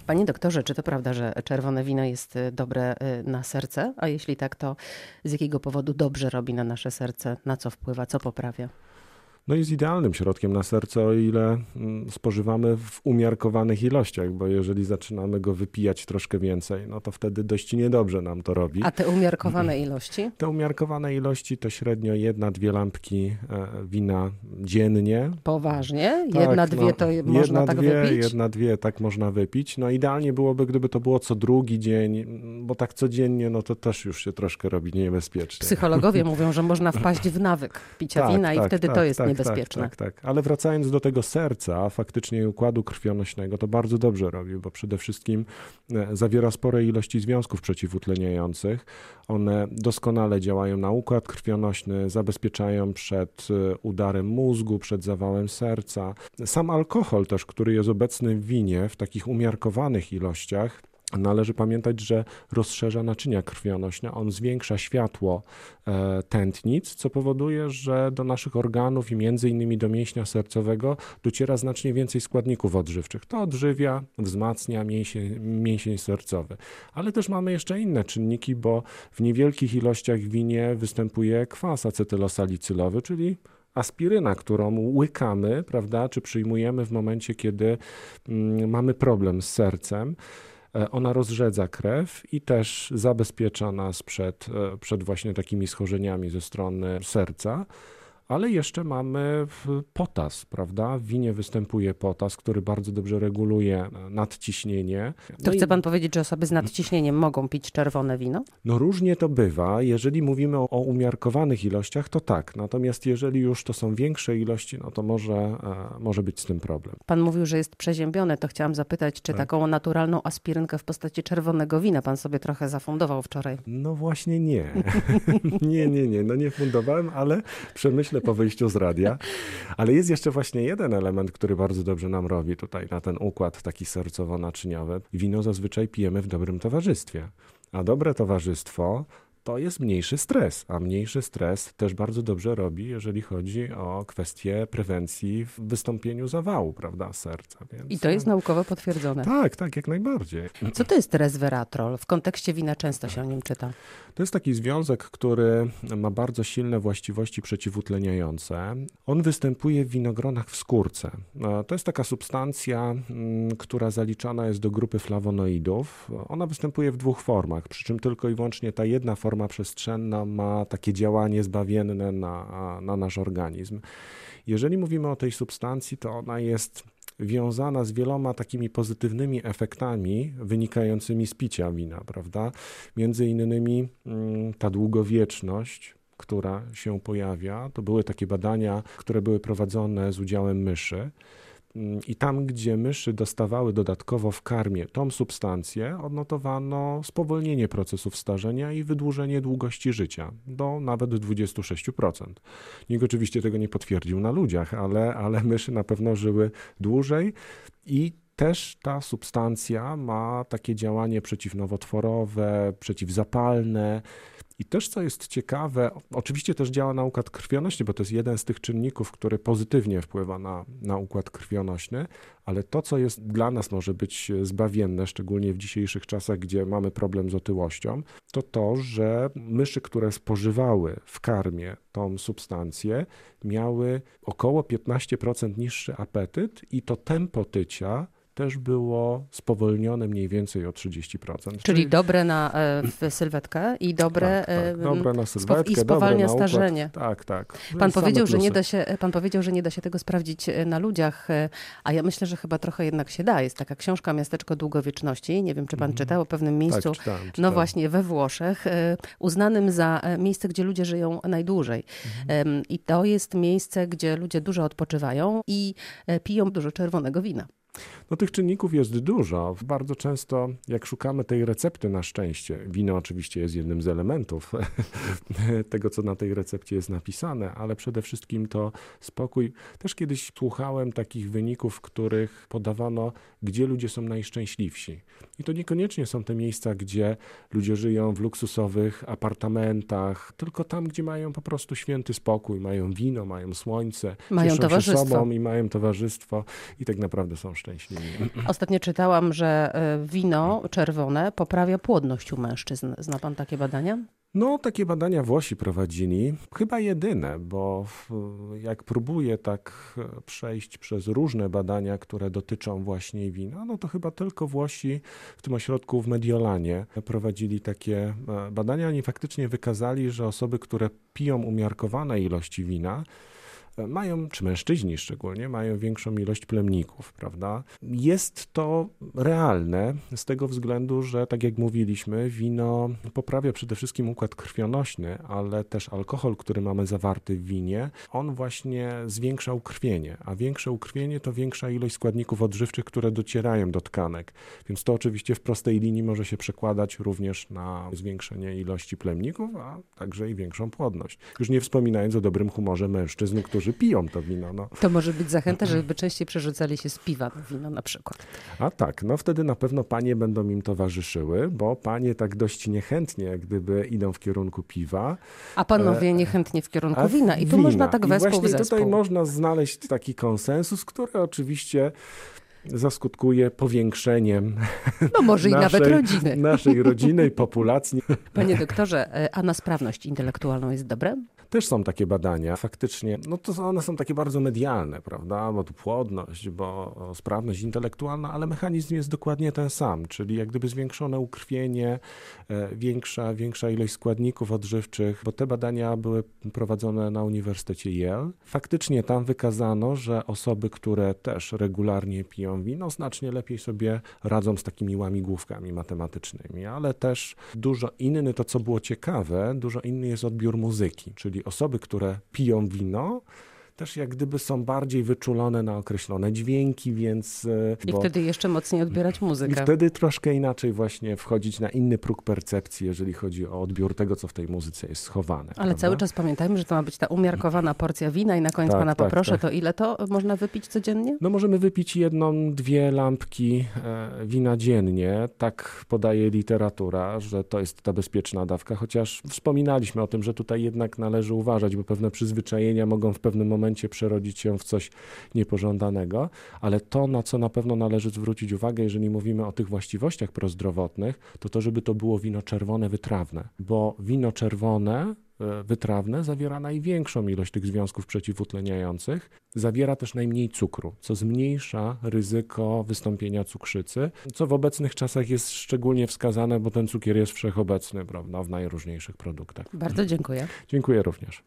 Panie doktorze, czy to prawda, że czerwone wino jest dobre na serce? A jeśli tak, to z jakiego powodu dobrze robi na nasze serce? Na co wpływa? Co poprawia? No jest idealnym środkiem na serce, o ile spożywamy w umiarkowanych ilościach, bo jeżeli zaczynamy go wypijać troszkę więcej, no to wtedy dość niedobrze nam to robi. A te umiarkowane ilości? Te umiarkowane ilości to średnio 1-2 lampki wina dziennie. Poważnie? Tak, dwie to można tak wypić? 1-2 tak można wypić. No idealnie byłoby, gdyby to było co drugi dzień, bo tak codziennie, no to też już się troszkę robi niebezpiecznie. Psychologowie mówią, że można wpaść w nawyk picia wina i wtedy to jest niebezpieczne. Tak. Ale wracając do tego serca, faktycznie układu krwionośnego, to bardzo dobrze robi, bo przede wszystkim zawiera spore ilości związków przeciwutleniających. One doskonale działają na układ krwionośny, zabezpieczają przed udarem mózgu, przed zawałem serca. Sam alkohol też, który jest obecny w winie w takich umiarkowanych ilościach, należy pamiętać, że rozszerza naczynia krwionośne, on zwiększa światło tętnic, co powoduje, że do naszych organów i między innymi do mięśnia sercowego dociera znacznie więcej składników odżywczych. To odżywia, wzmacnia mięsień sercowy. Ale też mamy jeszcze inne czynniki, bo w niewielkich ilościach w winie występuje kwas acetylosalicylowy, czyli aspiryna, którą łykamy, prawda, czy przyjmujemy w momencie, kiedy mamy problem z sercem. Ona rozrzedza krew i też zabezpiecza nas przed właśnie takimi schorzeniami ze strony serca. Ale jeszcze mamy potas, prawda? W winie występuje potas, który bardzo dobrze reguluje nadciśnienie. To chce pan powiedzieć, że osoby z nadciśnieniem mogą pić czerwone wino? No różnie to bywa. Jeżeli mówimy o umiarkowanych ilościach, to tak. Natomiast jeżeli już to są większe ilości, no to może być z tym problem. Pan mówił, że jest przeziębione. To chciałam zapytać, czy taką naturalną aspirynkę w postaci czerwonego wina pan sobie trochę zafundował wczoraj? No właśnie nie. Nie. No nie fundowałem, ale przemyślę po wyjściu z radia. Ale jest jeszcze właśnie jeden element, który bardzo dobrze nam robi tutaj na ten układ taki sercowo-naczyniowy. Wino zazwyczaj pijemy w dobrym towarzystwie. A dobre towarzystwo to jest mniejszy stres, a mniejszy stres też bardzo dobrze robi, jeżeli chodzi o kwestię prewencji w wystąpieniu zawału, prawda, serca. Więc i to jest naukowo potwierdzone. Tak, jak najbardziej. Co to jest resveratrol? W kontekście wina często się o nim czyta. To jest taki związek, który ma bardzo silne właściwości przeciwutleniające. On występuje w winogronach w skórce. To jest taka substancja, która zaliczana jest do grupy flawonoidów. Ona występuje w dwóch formach, przy czym tylko i wyłącznie ta jedna forma przestrzenna ma takie działanie zbawienne na nasz organizm. Jeżeli mówimy o tej substancji, to ona jest wiązana z wieloma takimi pozytywnymi efektami wynikającymi z picia wina, prawda? Między innymi ta długowieczność, która się pojawia. To były takie badania, które były prowadzone z udziałem myszy. I tam, gdzie myszy dostawały dodatkowo w karmie tą substancję, odnotowano spowolnienie procesów starzenia i wydłużenie długości życia do nawet 26%. Nikt oczywiście tego nie potwierdził na ludziach, ale myszy na pewno żyły dłużej i też ta substancja ma takie działanie przeciwnowotworowe, przeciwzapalne. I też, co jest ciekawe, oczywiście też działa na układ krwionośny, bo to jest jeden z tych czynników, który pozytywnie wpływa na układ krwionośny, ale to, co jest dla nas może być zbawienne, szczególnie w dzisiejszych czasach, gdzie mamy problem z otyłością, to to, że myszy, które spożywały w karmie tą substancję, miały około 15% niższy apetyt i to tempo tycia też było spowolnione mniej więcej o 30%. Czyli dobre na sylwetkę i dobre, dobre na sylwetkę, i spowalnia starzenie. Tak. Pan powiedział, że nie da się tego sprawdzić na ludziach, a ja myślę, że chyba trochę jednak się da. Jest taka książka Miasteczko Długowieczności. Nie wiem, czy pan czytał o pewnym miejscu, czytałem. No właśnie we Włoszech, uznanym za miejsce, gdzie ludzie żyją najdłużej. I to jest miejsce, gdzie ludzie dużo odpoczywają i piją dużo czerwonego wina. No tych czynników jest dużo. Bardzo często jak szukamy tej recepty na szczęście, wino oczywiście jest jednym z elementów tego, co na tej recepcie jest napisane, ale przede wszystkim to spokój. Też kiedyś słuchałem takich wyników, w których podawano, gdzie ludzie są najszczęśliwsi. I to niekoniecznie są te miejsca, gdzie ludzie żyją w luksusowych apartamentach, tylko tam, gdzie mają po prostu święty spokój, mają wino, mają słońce, mają cieszą towarzystwo. się sobą i mają towarzystwo i tak naprawdę są szczęśliwi. szczęśliwi. Ostatnio czytałam, że wino czerwone poprawia płodność u mężczyzn. Zna pan takie badania? No, takie badania Włosi prowadzili, chyba jedyne, bo jak próbuję tak przejść przez różne badania, które dotyczą właśnie wina, no to chyba tylko Włosi w tym ośrodku w Mediolanie prowadzili takie badania. Oni faktycznie wykazali, że osoby, które piją umiarkowane ilości wina, mają, czy mężczyźni szczególnie, mają większą ilość plemników, prawda? Jest to realne z tego względu, że tak jak mówiliśmy, wino poprawia przede wszystkim układ krwionośny, ale też alkohol, który mamy zawarty w winie, on właśnie zwiększa ukrwienie, a większe ukrwienie to większa ilość składników odżywczych, które docierają do tkanek, więc to oczywiście w prostej linii może się przekładać również na zwiększenie ilości plemników, a także i większą płodność. Już nie wspominając o dobrym humorze mężczyzn, którzy piją to wino. No. To może być zachęta, żeby częściej przerzucali się z piwa na wino na przykład. A tak, no wtedy na pewno panie będą im towarzyszyły, bo panie tak dość niechętnie jak gdyby idą w kierunku piwa. A panowie niechętnie w kierunku wina. I tu można tak wespół w zespół. zespół. Tutaj można znaleźć taki konsensus, który oczywiście zaskutkuje powiększeniem no może i nawet rodziny. Naszej rodziny i populacji. Panie doktorze, a na sprawność intelektualną jest dobre? Też są takie badania. Faktycznie, no to one są takie bardzo medialne, prawda? Bo tu płodność, bo sprawność intelektualna, ale mechanizm jest dokładnie ten sam, czyli jak gdyby zwiększone ukrwienie, większa ilość składników odżywczych, bo te badania były prowadzone na Uniwersytecie Yale. Faktycznie tam wykazano, że osoby, które też regularnie piją wino, znacznie lepiej sobie radzą z takimi łamigłówkami matematycznymi, ale też dużo inny, to co było ciekawe, dużo inny jest odbiór muzyki, czyli osoby, które piją wino, też jak gdyby są bardziej wyczulone na określone dźwięki, więc... I wtedy jeszcze mocniej odbierać muzykę. I wtedy troszkę inaczej właśnie wchodzić na inny próg percepcji, jeżeli chodzi o odbiór tego, co w tej muzyce jest schowane. Ale prawda? cały czas pamiętajmy, że to ma być ta umiarkowana porcja wina i na koniec pana poproszę, to ile to można wypić codziennie? No możemy wypić 1, 2 lampki wina dziennie. Tak podaje literatura, że to jest ta bezpieczna dawka, chociaż wspominaliśmy o tym, że tutaj jednak należy uważać, bo pewne przyzwyczajenia mogą w pewnym momencie przerodzić się w coś niepożądanego, ale to, na co na pewno należy zwrócić uwagę, jeżeli mówimy o tych właściwościach prozdrowotnych, to żeby to było wino czerwone, wytrawne, bo wino czerwone wytrawne zawiera największą ilość tych związków przeciwutleniających, zawiera też najmniej cukru, co zmniejsza ryzyko wystąpienia cukrzycy, co w obecnych czasach jest szczególnie wskazane, bo ten cukier jest wszechobecny, prawda, w najróżniejszych produktach. Bardzo dziękuję. Dziękuję również.